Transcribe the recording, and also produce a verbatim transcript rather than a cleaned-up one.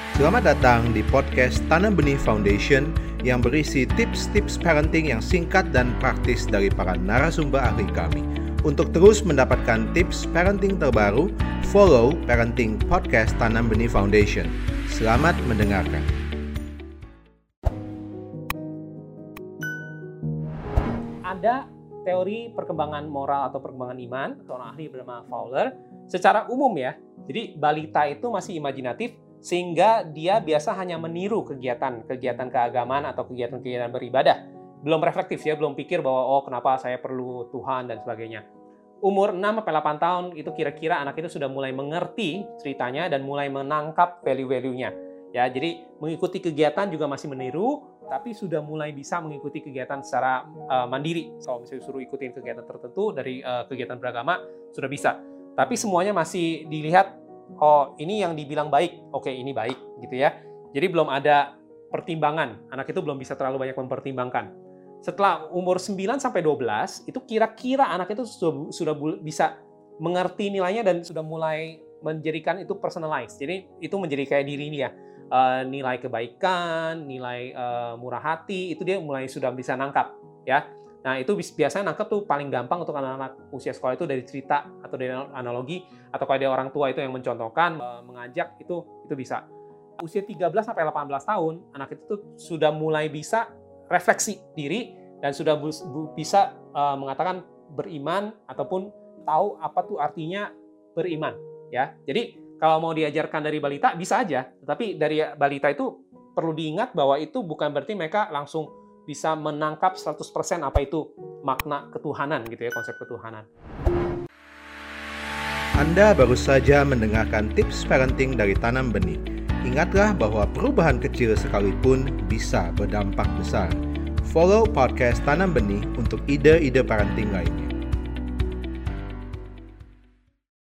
Selamat datang di podcast Tanam Benih Foundation yang berisi tips-tips parenting yang singkat dan praktis dari para narasumber ahli kami. Untuk terus mendapatkan tips parenting terbaru, follow Parenting Podcast Tanam Benih Foundation. Selamat mendengarkan. Ada teori perkembangan moral atau perkembangan iman, seorang ahli bernama Fowler, secara umum ya. Jadi balita itu masih imajinatif, sehingga dia biasa hanya meniru kegiatan-kegiatan keagamaan atau kegiatan-kegiatan beribadah. Belum reflektif ya, belum pikir bahwa oh kenapa saya perlu Tuhan dan sebagainya. Umur enam sampai delapan tahun itu kira-kira anak itu sudah mulai mengerti ceritanya dan mulai menangkap value-value-nya. Ya, jadi mengikuti kegiatan juga masih meniru, tapi sudah mulai bisa mengikuti kegiatan secara uh, mandiri. Kalau misalnya suruh ikutin kegiatan tertentu dari uh, kegiatan beragama sudah bisa. Tapi semuanya masih dilihat, oh ini yang dibilang baik, oke ini baik gitu ya. Jadi belum ada pertimbangan, anak itu belum bisa terlalu banyak mempertimbangkan. Setelah umur sembilan sampai dua belas, itu kira-kira anak itu sudah, sudah bisa mengerti nilainya dan sudah mulai menjadikan itu personalized. Jadi itu menjadi kayak diri ini ya. Uh, nilai kebaikan, nilai uh, murah hati, itu dia mulai sudah bisa nangkap ya. Nah itu biasanya nangkep tuh paling gampang untuk anak-anak usia sekolah itu dari cerita atau dari analogi, atau kalau ada orang tua itu yang mencontohkan, uh, mengajak, itu itu bisa. Usia tiga belas sampai delapan belas tahun, anak itu tuh sudah mulai bisa refleksi diri dan sudah bisa uh, mengatakan beriman ataupun tahu apa tuh artinya beriman ya. Jadi kalau mau diajarkan dari balita bisa aja, tetapi dari balita itu perlu diingat bahwa itu bukan berarti mereka langsung bisa menangkap seratus persen apa itu makna ketuhanan gitu ya, konsep ketuhanan. Anda baru saja mendengarkan tips parenting dari Tanam Benih. Ingatlah bahwa perubahan kecil sekalipun bisa berdampak besar. Follow podcast Tanam Benih untuk ide-ide parenting lainnya.